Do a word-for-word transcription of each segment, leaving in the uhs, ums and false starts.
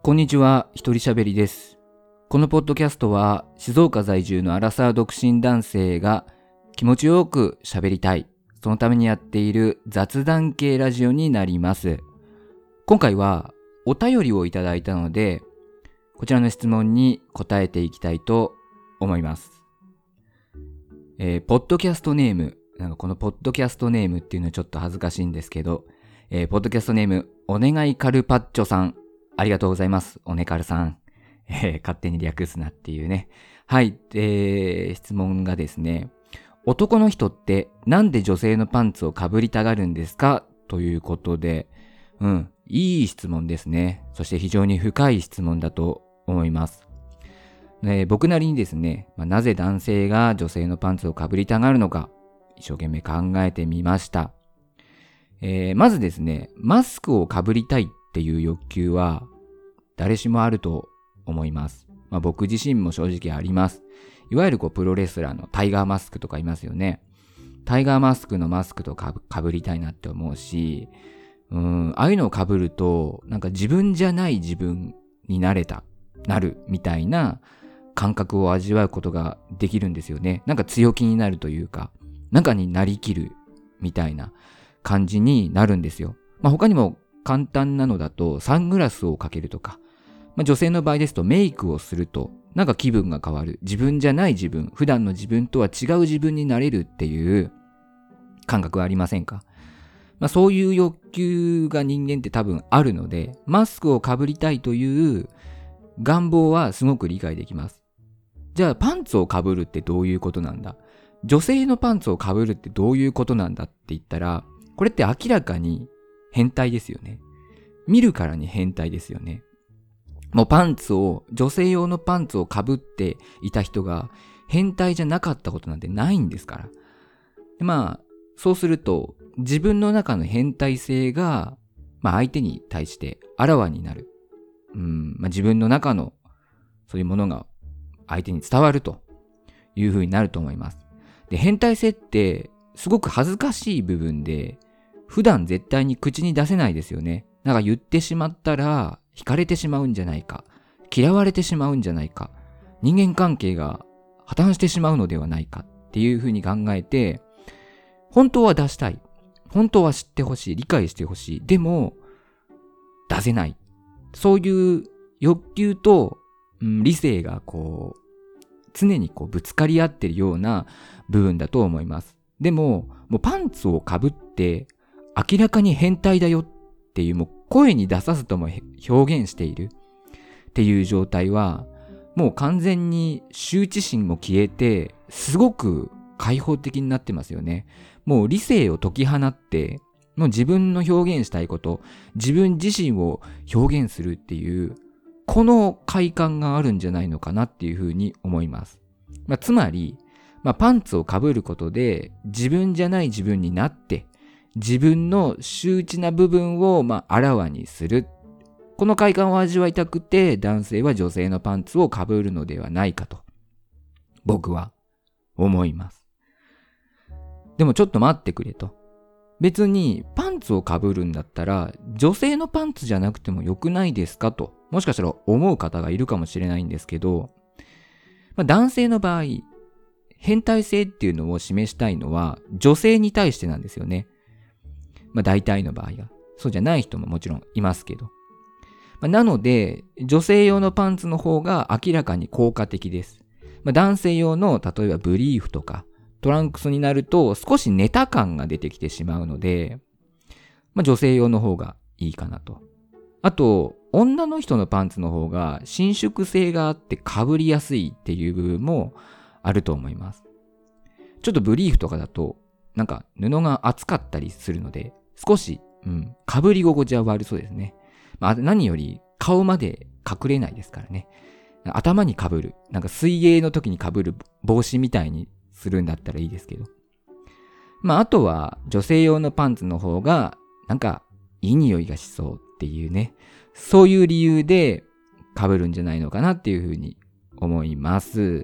こんにちは、一人喋りです。このポッドキャストは静岡在住のアラサー独身男性が気持ちよく喋りたい、そのためにやっている雑談系ラジオになります。今回はお便りをいただいたので、こちらの質問に答えていきたいと思います。えー、ポッドキャストネーム、なんかこのポッドキャストネームっていうのはちょっと恥ずかしいんですけど、えー、ポッドキャストネーム、お願いカルパッチョさん、ありがとうございます。おねかるさん。えー、勝手に略すなっていうね。はい、えー、質問がですね、男の人ってなんで女性のパンツをかぶりたがるんですかということで、うん、いい質問ですね。そして非常に深い質問だと思います。えー、僕なりにですね、まあ、なぜ男性が女性のパンツをかぶりたがるのか、一生懸命考えてみました。えー、まずですね、マスクをかぶりたいっていう欲求は誰しもあると思います。まあ、僕自身も正直あります。いわゆるこうプロレスラーのタイガーマスクとかいますよね。タイガーマスクのマスクとかぶ、かぶりたいなって思うし、うーん、ああいうのをかぶるとなんか自分じゃない自分になれた、なるみたいな感覚を味わうことができるんですよね。なんか強気になるというか、中になりきるみたいな感じになるんですよ。まあ、他にも簡単なのだとサングラスをかけるとか、まあ、女性の場合ですとメイクをするとなんか気分が変わる、自分じゃない自分、普段の自分とは違う自分になれるっていう感覚はありませんか？まあ、そういう欲求が人間って多分あるので、マスクをかぶりたいという願望はすごく理解できます。じゃあパンツをかぶるってどういうことなんだ？女性のパンツをかぶるってどういうことなんだって言ったら、これって明らかに変態ですよね。見るからに変態ですよね。もうパンツを、女性用のパンツをかぶっていた人が変態じゃなかったことなんてないんですから。でまあ、そうすると自分の中の変態性が、まあ相手に対してあらわになる。うん、まあ自分の中のそういうものが相手に伝わるというふうになると思います。で、変態性ってすごく恥ずかしい部分で、普段絶対に口に出せないですよね。なんか言ってしまったら惹かれてしまうんじゃないか、嫌われてしまうんじゃないか、人間関係が破綻してしまうのではないかっていうふうに考えて、本当は出したい、本当は知ってほしい、理解してほしい、でも出せない、そういう欲求と、うん、理性がこう常にこうぶつかり合ってるような部分だと思います。でも、もうパンツをかぶって明らかに変態だよっていう、もう声に出さずとも表現しているっていう状態は、もう完全に羞恥心も消えて、すごく開放的になってますよね。もう理性を解き放って、もう自分の表現したいこと、自分自身を表現するっていう、この快感があるんじゃないのかなっていうふうに思います。まあ、つまり、まあ、パンツをかぶることで自分じゃない自分になって、自分の羞恥な部分をまああらわにする。この快感を味わいたくて、男性は女性のパンツをかぶるのではないかと僕は思います。でもちょっと待ってくれと。別にパンツをかぶるんだったら女性のパンツじゃなくてもよくないですかと、もしかしたら思う方がいるかもしれないんですけど、まあ、男性の場合、変態性っていうのを示したいのは女性に対してなんですよね。まあ大体の場合は。そうじゃない人ももちろんいますけど。まあ、なので、女性用のパンツの方が明らかに効果的です。まあ、男性用の例えばブリーフとかトランクスになると少しネタ感が出てきてしまうので、まあ、女性用の方がいいかなと。あと、女の人のパンツの方が伸縮性があって被りやすいっていう部分もあると思います。ちょっとブリーフとかだとなんか布が厚かったりするので少し、うん、被り心地は悪そうですね。まあ、何より顔まで隠れないですからね。頭に被る、なんか水泳の時に被る帽子みたいにするんだったらいいですけど。まああとは女性用のパンツの方がなんかいい匂いがしそうっていうね、そういう理由で被るんじゃないのかなっていうふうに思います。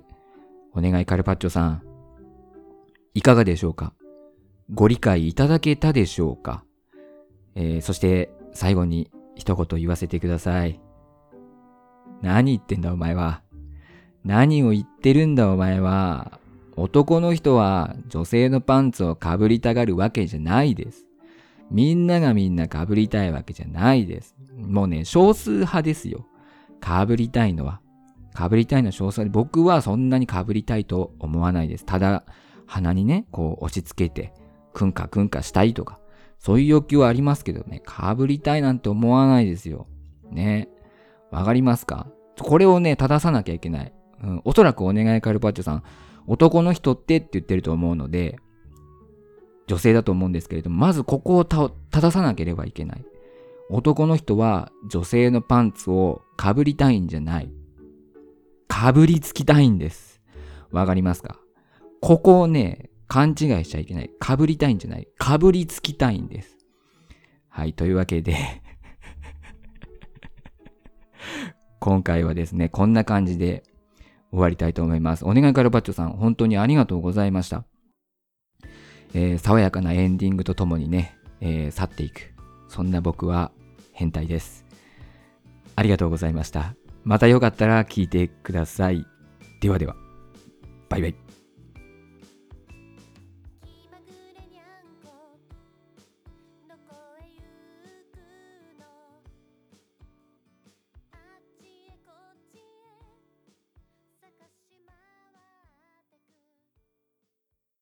お願いカルパッチョさん、いかがでしょうか？ご理解いただけたでしょうか？えー、そして最後に一言言わせてください。 何言ってんだお前は。何を言ってるんだお前は。男の人は女性のパンツをかぶりたがるわけじゃないです。みんながみんなかぶりたいわけじゃないです。もうね、少数派ですよ。かぶりたいのは。かぶりたいのは少数派で、僕はそんなにかぶりたいと思わないです。ただ、鼻にね、こう押し付けて、くんかくんかしたいとか、そういう欲求はありますけどね、かぶりたいなんて思わないですよ。ね。わかりますか？これをね、正さなきゃいけない。うん、おそらくお願いカルパッチョさん、男の人ってって言ってると思うので、女性だと思うんですけれども、まずここをた正さなければいけない。男の人は女性のパンツをかぶりたいんじゃない。かぶりつきたいんです。わかりますか？ここをね、勘違いしちゃいけない。かぶりたいんじゃない。かぶりつきたいんです。はい、というわけで、今回はですね、こんな感じで終わりたいと思います。お願いカルパッチョさん、本当にありがとうございました。えー、爽やかなエンディングとともにね、えー、去っていく。そんな僕は変態です。ありがとうございました。またよかったら聞いてください。ではでは、バイバイ。